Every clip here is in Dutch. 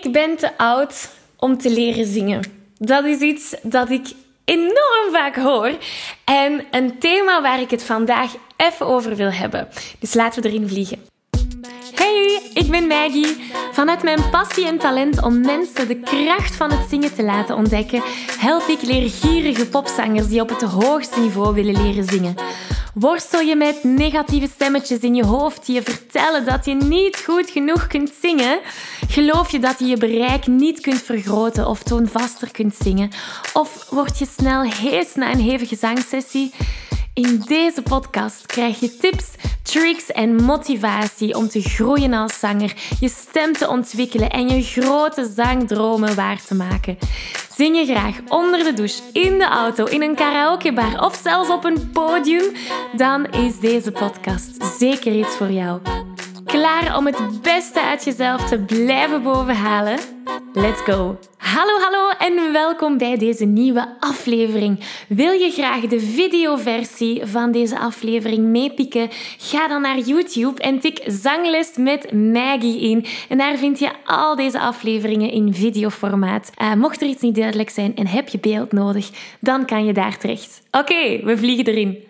Ik ben te oud om te leren zingen. Dat is iets dat ik enorm vaak hoor. En een thema waar ik het vandaag even over wil hebben. Dus laten we erin vliegen. Hey, ik ben Maggie. Vanuit mijn passie en talent om mensen de kracht van het zingen te laten ontdekken, help ik leergierige popzangers die op het hoogste niveau willen leren zingen. Worstel je met negatieve stemmetjes in je hoofd die je vertellen dat je niet goed genoeg kunt zingen? Geloof je dat je je bereik niet kunt vergroten of toonvaster kunt zingen? Of word je snel hees na een hevige zangsessie? In deze podcast krijg je tips, tricks en motivatie om te groeien als zanger, je stem te ontwikkelen en je grote zangdromen waar te maken. Zing je graag onder de douche, in de auto, in een karaokebar of zelfs op een podium? Dan is deze podcast zeker iets voor jou. Klaar om het beste uit jezelf te blijven bovenhalen? Let's go! Hallo en welkom bij deze nieuwe aflevering. Wil je graag de videoversie van deze aflevering meepikken? Ga dan naar YouTube en tik Zangles met Maggie in. En daar vind je al deze afleveringen in videoformaat. Mocht er iets niet duidelijk zijn en heb je beeld nodig, dan kan je daar terecht. Oké, we vliegen erin.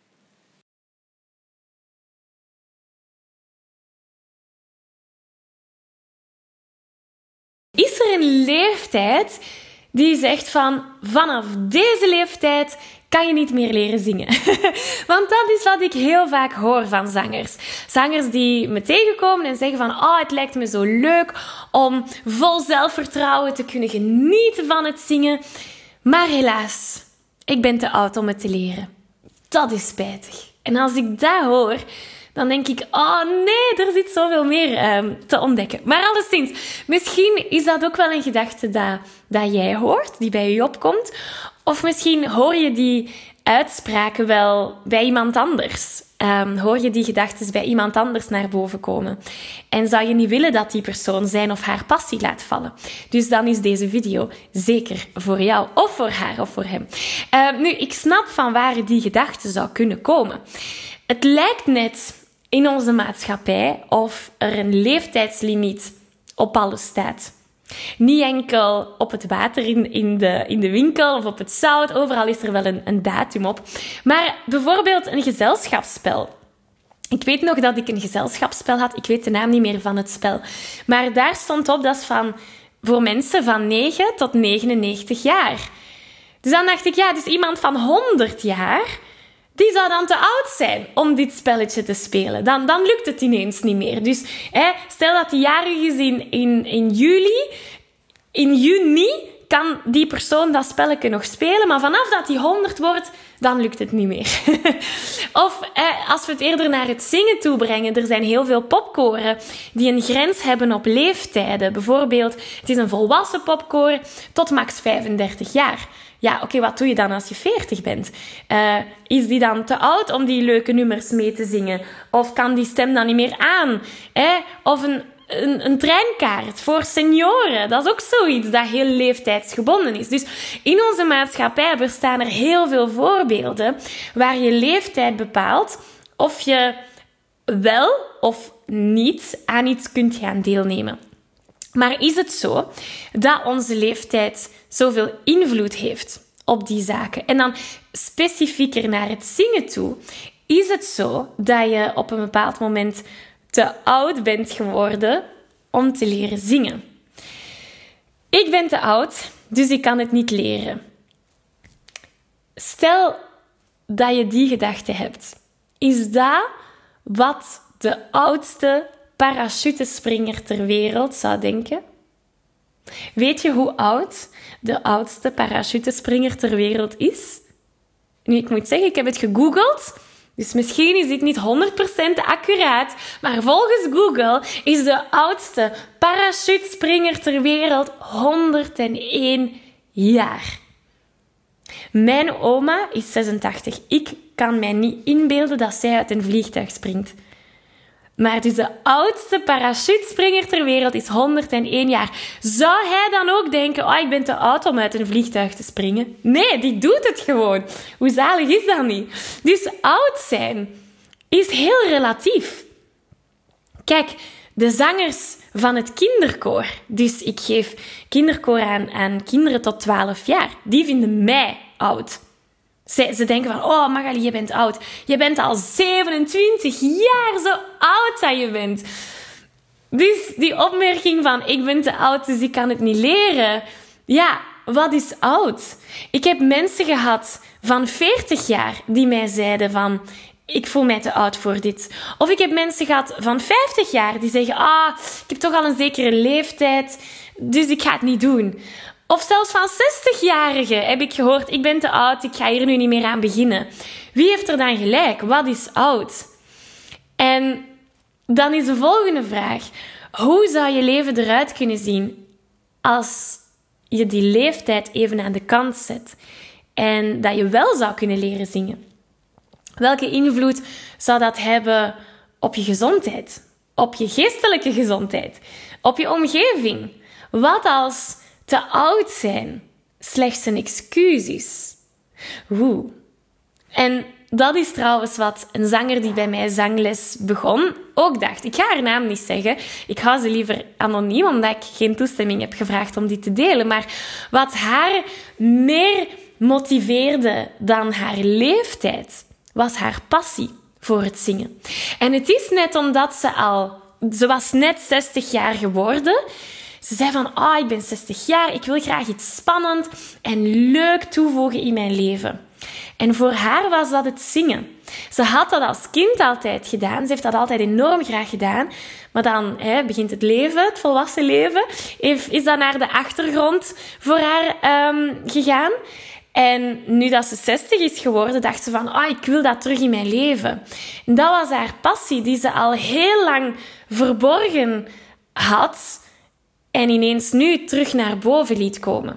Is er een leeftijd die zegt van vanaf deze leeftijd kan je niet meer leren zingen? Want dat is wat ik heel vaak hoor van zangers. Zangers die me tegenkomen en zeggen van het lijkt me zo leuk om vol zelfvertrouwen te kunnen genieten van het zingen. Maar helaas, ik ben te oud om het te leren. Dat is spijtig. En als ik dat hoor, dan denk ik, nee, er zit zoveel meer te ontdekken. Maar alleszins, misschien is dat ook wel een gedachte dat jij hoort, die bij je opkomt. Of misschien hoor je die uitspraken wel bij iemand anders. Hoor je die gedachten bij iemand anders naar boven komen. En zou je niet willen dat die persoon zijn of haar passie laat vallen. Dus dan is deze video zeker voor jou, of voor haar, of voor hem. Nu, ik snap van waar die gedachte zou kunnen komen. Het lijkt net in onze maatschappij of er een leeftijdslimiet op alles staat. Niet enkel op het water in de winkel of op het zout. Overal is er wel een datum op. Maar bijvoorbeeld een gezelschapsspel. Ik weet nog dat ik een gezelschapsspel had. Ik weet de naam niet meer van het spel. Maar daar stond op, dat is voor mensen van 9 tot 99 jaar. Dus dan dacht ik, dus iemand van 100 jaar, die zou dan te oud zijn om dit spelletje te spelen. Dan lukt het ineens niet meer. Dus stel dat die jarig is in juli. In juni kan die persoon dat spelletje nog spelen. Maar vanaf dat hij 100 wordt, dan lukt het niet meer. Of als we het eerder naar het zingen toe brengen. Er zijn heel veel popkoren die een grens hebben op leeftijden. Bijvoorbeeld, het is een volwassen popkoor tot max 35 jaar. Ja, oké, wat doe je dan als je 40 bent? Is die dan te oud om die leuke nummers mee te zingen? Of kan die stem dan niet meer aan? Of een treinkaart voor senioren. Dat is ook zoiets dat heel leeftijdsgebonden is. Dus in onze maatschappij bestaan er heel veel voorbeelden waar je leeftijd bepaalt of je wel of niet aan iets kunt gaan deelnemen. Maar is het zo dat onze leeftijd zoveel invloed heeft op die zaken? En dan specifieker naar het zingen toe. Is het zo dat je op een bepaald moment te oud bent geworden om te leren zingen? Ik ben te oud, dus ik kan het niet leren. Stel dat je die gedachte hebt. Is dat wat de oudste parachutespringer ter wereld zou denken? Weet je hoe oud de oudste parachutespringer ter wereld is? Nu, ik moet zeggen, ik heb het gegoogeld. Dus misschien is dit niet 100% accuraat. Maar volgens Google is de oudste parachutespringer ter wereld 101 jaar. Mijn oma is 86. Ik kan mij niet inbeelden dat zij uit een vliegtuig springt. Maar dus de oudste parachutespringer ter wereld is 101 jaar. Zou hij dan ook denken, ik ben te oud om uit een vliegtuig te springen? Nee, die doet het gewoon. Hoe zalig is dat niet? Dus oud zijn is heel relatief. Kijk, de zangers van het kinderkoor. Dus ik geef kinderkoor aan kinderen tot 12 jaar. Die vinden mij oud. Ze denken van, oh Magali, je bent oud. Je bent al 27 jaar, zo oud dat je bent. Dus die opmerking van, ik ben te oud, dus ik kan het niet leren. Ja, wat is oud? Ik heb mensen gehad van 40 jaar die mij zeiden van, ik voel mij te oud voor dit. Of ik heb mensen gehad van 50 jaar die zeggen, ik heb toch al een zekere leeftijd, dus ik ga het niet doen. Of zelfs van 60-jarigen heb ik gehoord, ik ben te oud, ik ga hier nu niet meer aan beginnen. Wie heeft er dan gelijk? Wat is oud? En dan is de volgende vraag, hoe zou je leven eruit kunnen zien als je die leeftijd even aan de kant zet en dat je wel zou kunnen leren zingen? Welke invloed zou dat hebben op je gezondheid? Op je geestelijke gezondheid? Op je omgeving? Wat als te oud zijn slechts een excuus is? En dat is trouwens wat een zanger die bij mij zangles begon ook dacht. Ik ga haar naam niet zeggen. Ik hou ze liever anoniem, omdat ik geen toestemming heb gevraagd om die te delen. Maar wat haar meer motiveerde dan haar leeftijd, was haar passie voor het zingen. En het is net omdat ze was net 60 jaar geworden. Ze zei van, ik ben 60 jaar, ik wil graag iets spannend en leuk toevoegen in mijn leven. En voor haar was dat het zingen. Ze had dat als kind altijd gedaan. Ze heeft dat altijd enorm graag gedaan. Maar dan begint het leven, het volwassen leven, is dat naar de achtergrond voor haar gegaan. En nu dat ze 60 is geworden, dacht ze van, ik wil dat terug in mijn leven. En dat was haar passie, die ze al heel lang verborgen had en ineens nu terug naar boven liet komen.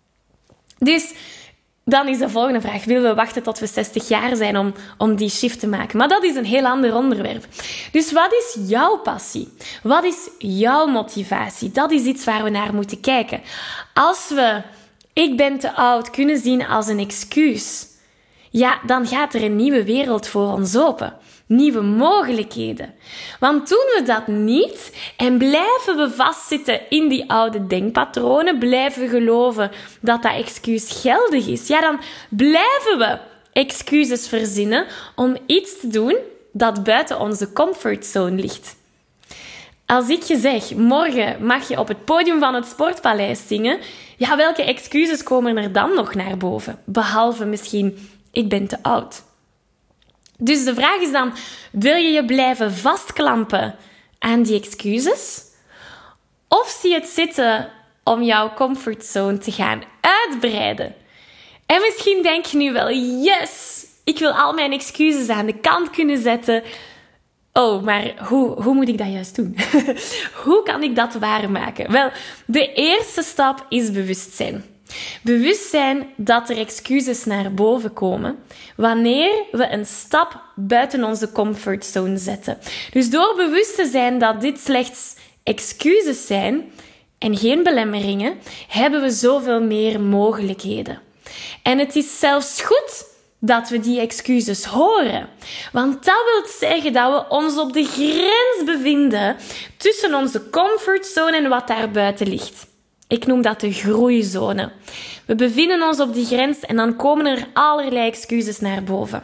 Dus dan is de volgende vraag, willen we wachten tot we 60 jaar zijn om die shift te maken? Maar dat is een heel ander onderwerp. Dus wat is jouw passie? Wat is jouw motivatie? Dat is iets waar we naar moeten kijken. Als we ik ben te oud kunnen zien als een excuus, ja, dan gaat er een nieuwe wereld voor ons open. Nieuwe mogelijkheden. Want doen we dat niet en blijven we vastzitten in die oude denkpatronen, blijven we geloven dat dat excuus geldig is, ja, dan blijven we excuses verzinnen om iets te doen dat buiten onze comfortzone ligt. Als ik je zeg, morgen mag je op het podium van het Sportpaleis zingen, ja, welke excuses komen er dan nog naar boven? Behalve misschien, ik ben te oud. Dus de vraag is dan, wil je je blijven vastklampen aan die excuses? Of zie je het zitten om jouw comfortzone te gaan uitbreiden? En misschien denk je nu wel, yes, ik wil al mijn excuses aan de kant kunnen zetten. Maar hoe moet ik dat juist doen? Hoe kan ik dat waarmaken? Wel, de eerste stap is bewustzijn. Bewustzijn dat er excuses naar boven komen wanneer we een stap buiten onze comfortzone zetten. Dus door bewust te zijn dat dit slechts excuses zijn en geen belemmeringen, hebben we zoveel meer mogelijkheden. En het is zelfs goed dat we die excuses horen. Want dat wil zeggen dat we ons op de grens bevinden tussen onze comfortzone en wat daar buiten ligt. Ik noem dat de groeizone. We bevinden ons op die grens en dan komen er allerlei excuses naar boven.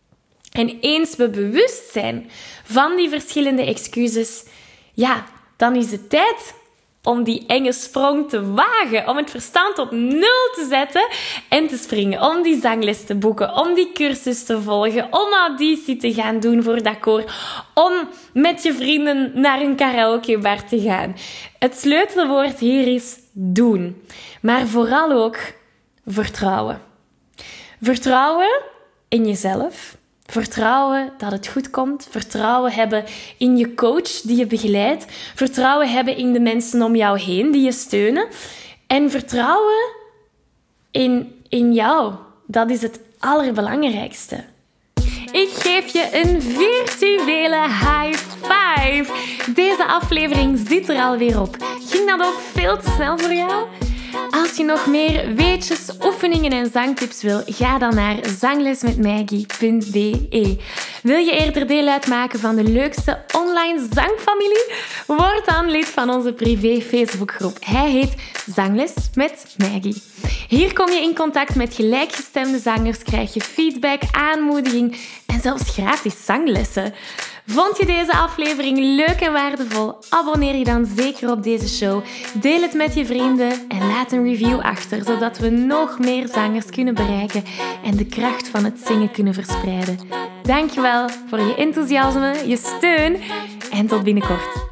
En eens we bewust zijn van die verschillende excuses, ja, dan is het tijd om die enge sprong te wagen, om het verstand op 0 te zetten en te springen, om die zangles te boeken, om die cursus te volgen, om auditie te gaan doen voor dat koor, om met je vrienden naar een karaokebar te gaan. Het sleutelwoord hier is doen, maar vooral ook vertrouwen. Vertrouwen in jezelf. Vertrouwen dat het goed komt. Vertrouwen hebben in je coach die je begeleidt. Vertrouwen hebben in de mensen om jou heen die je steunen. En vertrouwen in jou. Dat is het allerbelangrijkste. Ik geef je een virtuele high five. Deze aflevering zit er alweer op. Ging dat ook veel te snel voor jou? Als als je nog meer weetjes, oefeningen en zangtips wil, ga dan naar zanglesmetmaggie.be. Wil je eerder deel uitmaken van de leukste online zangfamilie? Word dan lid van onze privé Facebookgroep. Hij heet Zangles met Maggie. Hier kom je in contact met gelijkgestemde zangers, krijg je feedback, aanmoediging en zelfs gratis zanglessen. Vond je deze aflevering leuk en waardevol? Abonneer je dan zeker op deze show. Deel het met je vrienden en laat een review achter, zodat we nog meer zangers kunnen bereiken en de kracht van het zingen kunnen verspreiden. Dankjewel voor je enthousiasme, je steun en tot binnenkort.